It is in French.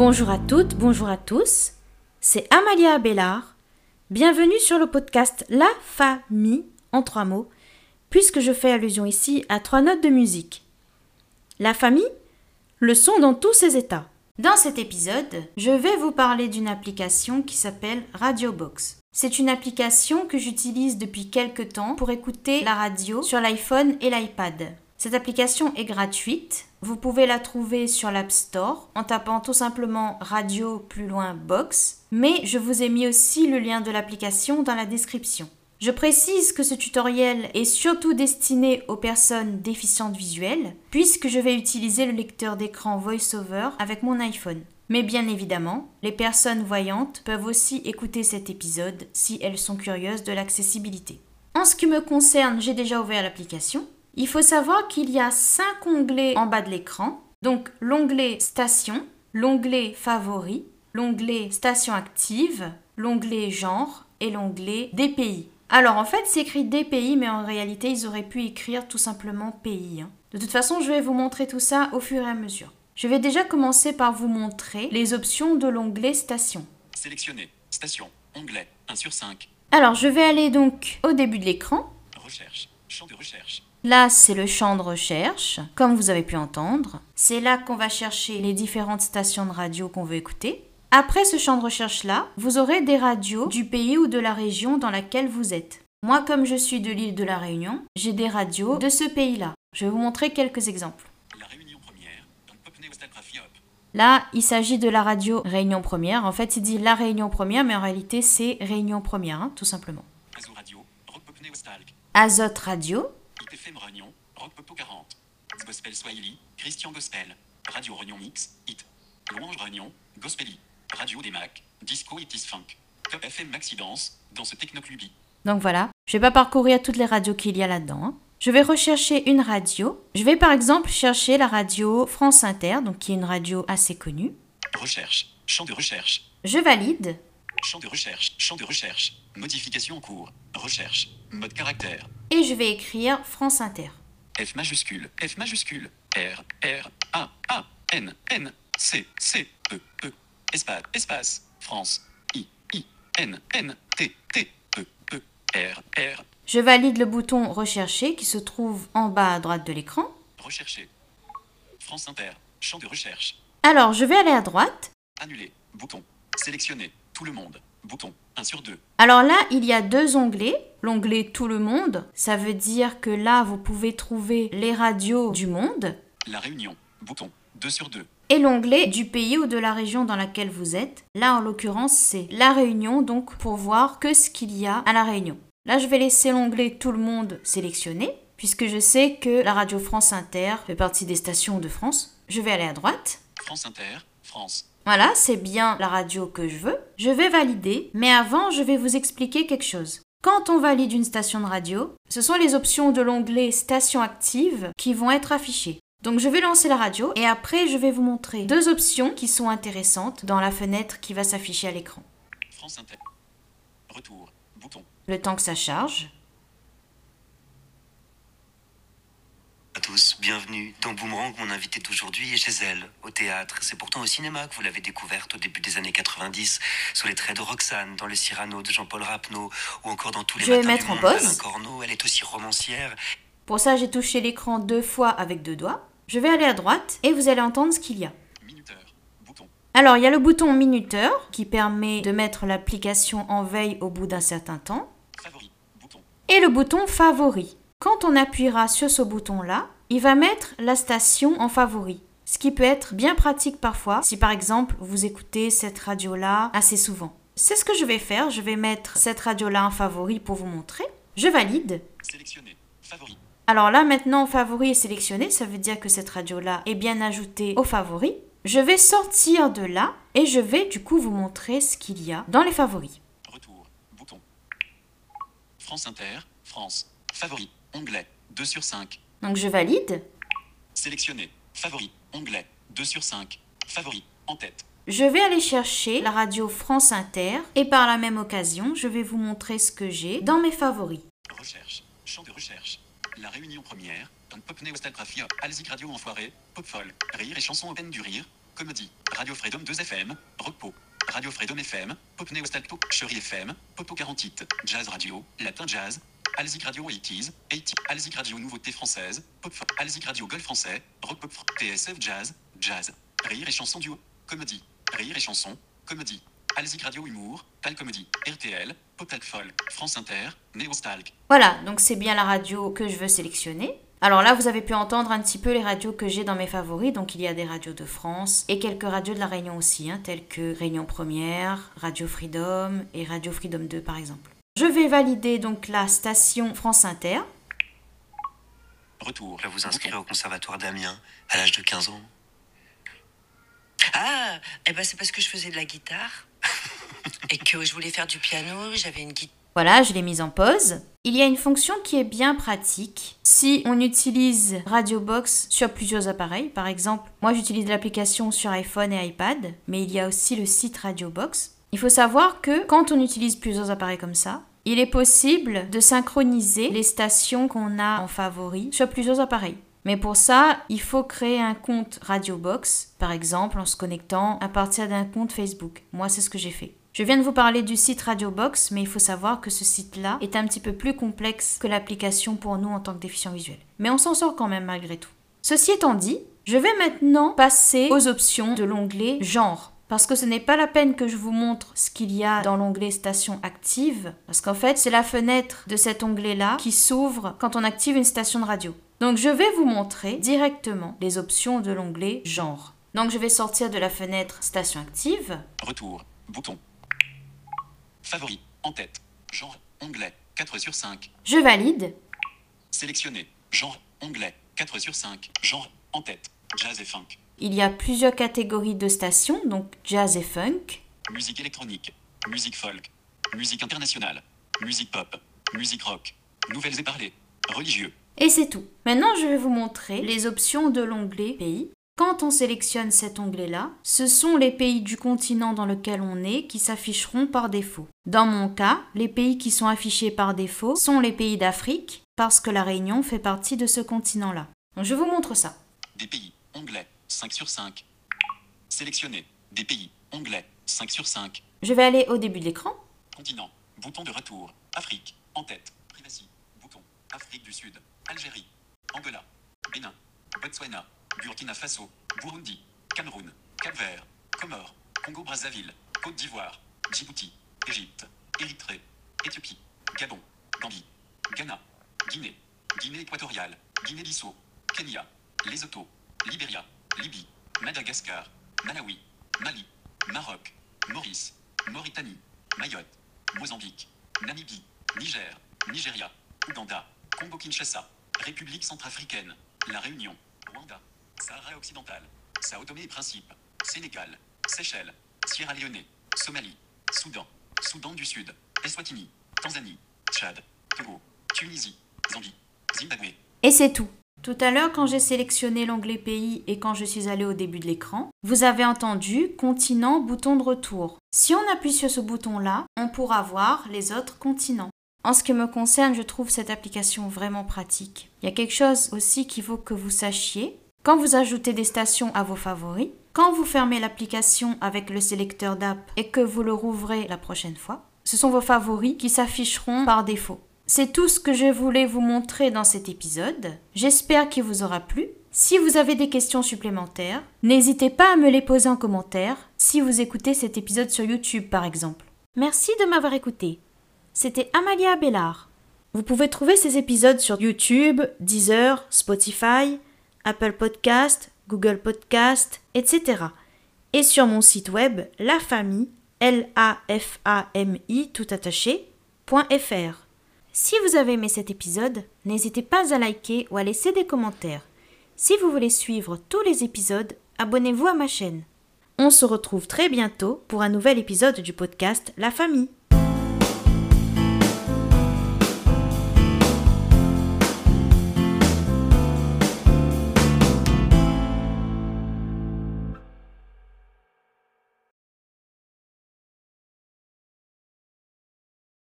Bonjour à toutes, bonjour à tous, c'est Amalia Abélard. Bienvenue sur le podcast La Famille en 3 mots, puisque je fais allusion ici à 3 notes de musique. La famille, le son dans tous ses états. Dans cet épisode, je vais vous parler d'une application qui s'appelle RadioBox. C'est une application que j'utilise depuis quelques temps pour écouter la radio sur l'iPhone et l'iPad. Cette application est gratuite. Vous pouvez la trouver sur l'App Store en tapant tout simplement radio plus loin box, mais je vous ai mis aussi le lien de l'application dans la description. Je précise que ce tutoriel est surtout destiné aux personnes déficientes visuelles, puisque je vais utiliser le lecteur d'écran VoiceOver avec mon iPhone. Mais bien évidemment, les personnes voyantes peuvent aussi écouter cet épisode si elles sont curieuses de l'accessibilité. En ce qui me concerne, j'ai déjà ouvert l'application. Il faut savoir qu'il y a 5 onglets en bas de l'écran, donc l'onglet Station, l'onglet Favoris, l'onglet Station active, l'onglet Genre et l'onglet DPI. Alors en fait c'est écrit DPI mais en réalité ils auraient pu écrire tout simplement pays. De toute façon je vais vous montrer tout ça au fur et à mesure. Je vais déjà commencer par vous montrer les options de l'onglet Station. Sélectionner, Station, onglet, 1 sur 5. Alors je vais aller donc au début de l'écran. Recherche, champ de recherche. Là, c'est le champ de recherche, comme vous avez pu entendre. C'est là qu'on va chercher les différentes stations de radio qu'on veut écouter. Après ce champ de recherche-là, vous aurez des radios du pays ou de la région dans laquelle vous êtes. Moi, comme je suis de l'île de la Réunion, j'ai des radios de ce pays-là. Je vais vous montrer quelques exemples. La Réunion première, Là, il s'agit de la radio Réunion première. En fait, il dit la Réunion première, mais en réalité, c'est Réunion première, tout simplement. Azote Radio. ITFM Réunion, Rock Popo 40. Gospel Swahili, Christian Gospel. Radio Réunion Mix, Hit. Louange Réunion, Gospeli. Radio des Mac, Disco et Funk. Top FM Maxidance, dans ce Technoclubi. Donc voilà, je ne vais pas parcourir toutes les radios qu'il y a là-dedans. Je vais rechercher une radio. Je vais par exemple chercher la radio France Inter, donc qui est une radio assez connue. Recherche, champ de recherche. Je valide. Champ de recherche, modification en cours, recherche, mode caractère. Et je vais écrire France Inter. F majuscule, R, A, N, C, E, espace, France, I, N, T, E, R. Je valide le bouton rechercher qui se trouve en bas à droite de l'écran. Rechercher. France Inter, champ de recherche. Alors, je vais aller à droite. Annuler, bouton. Sélectionner, tout le monde, bouton, 1 sur 2. Alors là, il y a 2 onglets. L'onglet tout le monde, ça veut dire que là, vous pouvez trouver les radios du monde. La Réunion, bouton, 2 sur 2. Et l'onglet du pays ou de la région dans laquelle vous êtes. Là, en l'occurrence, c'est la Réunion, donc pour voir que ce qu'il y a à la Réunion. Là, je vais laisser l'onglet tout le monde sélectionné, puisque je sais que la radio France Inter fait partie des stations de France. Je vais aller à droite. France Inter, France. Voilà, c'est bien la radio que je veux. Je vais valider, mais avant, je vais vous expliquer quelque chose. Quand on valide une station de radio, ce sont les options de l'onglet Station active qui vont être affichées. Donc je vais lancer la radio et après je vais vous montrer 2 options qui sont intéressantes dans la fenêtre qui va s'afficher à l'écran. France Inter. Retour, bouton. Le temps que ça charge. À tous, bienvenue dans Boomerang. Mon invitée d'aujourd'hui est chez elle, au théâtre. C'est pourtant au cinéma que vous l'avez découverte au début des années 90, sous les traits de Roxane, dans Le Cyrano de Jean-Paul Rapneau, ou encore dans Tous les Je vais matins mettre du en monde pause. d'Alain Corneau. Elle est aussi romancière. Pour ça, j'ai touché l'écran 2 fois avec 2 doigts. Je vais aller à droite et vous allez entendre ce qu'il y a. Minuteur, bouton. Alors, il y a le bouton minuteur qui permet de mettre l'application en veille au bout d'un certain temps. Favori, bouton. Et le bouton favori. Quand on appuiera sur ce bouton-là, il va mettre la station en favori. Ce qui peut être bien pratique parfois si par exemple vous écoutez cette radio-là assez souvent. C'est ce que je vais faire, je vais mettre cette radio-là en favori pour vous montrer. Je valide. Sélectionner, favori. Alors là maintenant favori est sélectionné, ça veut dire que cette radio-là est bien ajoutée au favori. Je vais sortir de là et je vais du coup vous montrer ce qu'il y a dans les favoris. Retour, bouton. France Inter, France. Favori, onglet, 2 sur 5. Donc je valide. Sélectionner, favori, onglet, 2 sur 5. Favori, en tête. Je vais aller chercher la radio France Inter et par la même occasion, je vais vous montrer ce que j'ai dans mes favoris. Recherche, champ de recherche. La Réunion première, un pop néostalgraphie, Alzik Radio enfoiré, pop folle, rire et chanson au peine du rire, Comédie. Radio Freedom 2 FM. Repos. Radio Freedom FM. Pop Neo Stalto. Chérie FM. Popo 48. Jazz Radio. Latin Jazz. Alzik Radio 80s. Alzik Radio Nouveauté Française. Pop. Alzik Radio Golf Français. Rock Pop. TSF Jazz. Jazz. Rire et chanson duo. Comédie. Rire et chanson. Comédie. Alzik Radio Humour. Tal Comédie. RTL. Pop Talk Folk. France Inter. Néo Stalk. Voilà, donc c'est bien la radio que je veux sélectionner. Alors là, vous avez pu entendre un petit peu les radios que j'ai dans mes favoris. Donc il y a des radios de France et quelques radios de la Réunion aussi, telles que Réunion Première, Radio Freedom et Radio Freedom 2 par exemple. Je vais valider donc la station France Inter. Retour. Je vais vous inscrire au conservatoire d'Amiens à l'âge de 15 ans. Ah, c'est parce que je faisais de la guitare et que je voulais faire du piano, j'avais une guitare. Voilà, je l'ai mise en pause. Il y a une fonction qui est bien pratique. Si on utilise RadioBox sur plusieurs appareils, par exemple, moi j'utilise l'application sur iPhone et iPad, mais il y a aussi le site RadioBox. Il faut savoir que quand on utilise plusieurs appareils comme ça, il est possible de synchroniser les stations qu'on a en favori sur plusieurs appareils. Mais pour ça, il faut créer un compte RadioBox, par exemple en se connectant à partir d'un compte Facebook. Moi, c'est ce que j'ai fait. Je viens de vous parler du site RadioBox, mais il faut savoir que ce site-là est un petit peu plus complexe que l'application pour nous en tant que déficients visuels. Mais on s'en sort quand même malgré tout. Ceci étant dit, je vais maintenant passer aux options de l'onglet Genre. Parce que ce n'est pas la peine que je vous montre ce qu'il y a dans l'onglet Station active, parce qu'en fait, c'est la fenêtre de cet onglet-là qui s'ouvre quand on active une station de radio. Donc je vais vous montrer directement les options de l'onglet Genre. Donc je vais sortir de la fenêtre Station active. Retour. Bouton. Favori. En tête. Genre. Onglet. 4 sur 5. Je valide. Sélectionner. Genre. Onglet. 4 sur 5. Genre. En tête. Jazz et funk. Il y a plusieurs catégories de stations, donc jazz et funk. Musique électronique. Musique folk. Musique internationale. Musique pop. Musique rock. Nouvelles et parlées. Religieux. Et c'est tout. Maintenant, je vais vous montrer les options de l'onglet Pays. Quand on sélectionne cet onglet-là, ce sont les pays du continent dans lequel on est qui s'afficheront par défaut. Dans mon cas, les pays qui sont affichés par défaut sont les pays d'Afrique, parce que la Réunion fait partie de ce continent-là. Donc, je vous montre ça. Des pays. Onglet. 5 sur 5. Sélectionner. Des pays. Onglet. 5 sur 5. Je vais aller au début de l'écran. Continent. Bouton de retour. Afrique. En tête. Privacy. Bouton. Afrique du Sud. Algérie. Angola. Bénin. Botswana. Burkina Faso. Burundi. Cameroun. Cap-Vert. Comores. Congo-Brazzaville. Côte d'Ivoire. Djibouti. Égypte. Érythrée. Éthiopie. Gabon. Gambie. Ghana. Guinée. Guinée équatoriale. Guinée-Bissau. Kenya. Lesotho. Libéria. Libye. Madagascar. Malawi. Mali. Maroc. Maurice. Mauritanie. Mayotte. Mozambique. Namibie. Niger. Nigeria. Ouganda. Congo-Kinshasa. République centrafricaine. La Réunion. Rwanda. Sahara occidental. Sao Tomé et Principe. Sénégal. Seychelles. Sierra Leone. Somalie. Soudan. Soudan du Sud. Eswatini. Tanzanie. Tchad. Togo. Tunisie. Zambie. Zimbabwe. Et c'est tout. Tout à l'heure, quand j'ai sélectionné l'onglet Pays et quand je suis allée au début de l'écran, vous avez entendu Continent, bouton de retour. Si on appuie sur ce bouton-là, on pourra voir les autres continents. En ce qui me concerne, je trouve cette application vraiment pratique. Il y a quelque chose aussi qu'il faut que vous sachiez. Quand vous ajoutez des stations à vos favoris, quand vous fermez l'application avec le sélecteur d'app et que vous le rouvrez la prochaine fois, ce sont vos favoris qui s'afficheront par défaut. C'est tout ce que je voulais vous montrer dans cet épisode. J'espère qu'il vous aura plu. Si vous avez des questions supplémentaires, n'hésitez pas à me les poser en commentaire si vous écoutez cet épisode sur YouTube par exemple. Merci de m'avoir écouté. C'était Amalia Abellard. Vous pouvez trouver ces épisodes sur YouTube, Deezer, Spotify, Apple Podcast, Google Podcast, etc. Et sur mon site web lafami, LAFAMI, tout attaché, .fr. Si vous avez aimé cet épisode, n'hésitez pas à liker ou à laisser des commentaires. Si vous voulez suivre tous les épisodes, abonnez-vous à ma chaîne. On se retrouve très bientôt pour un nouvel épisode du podcast La Famille.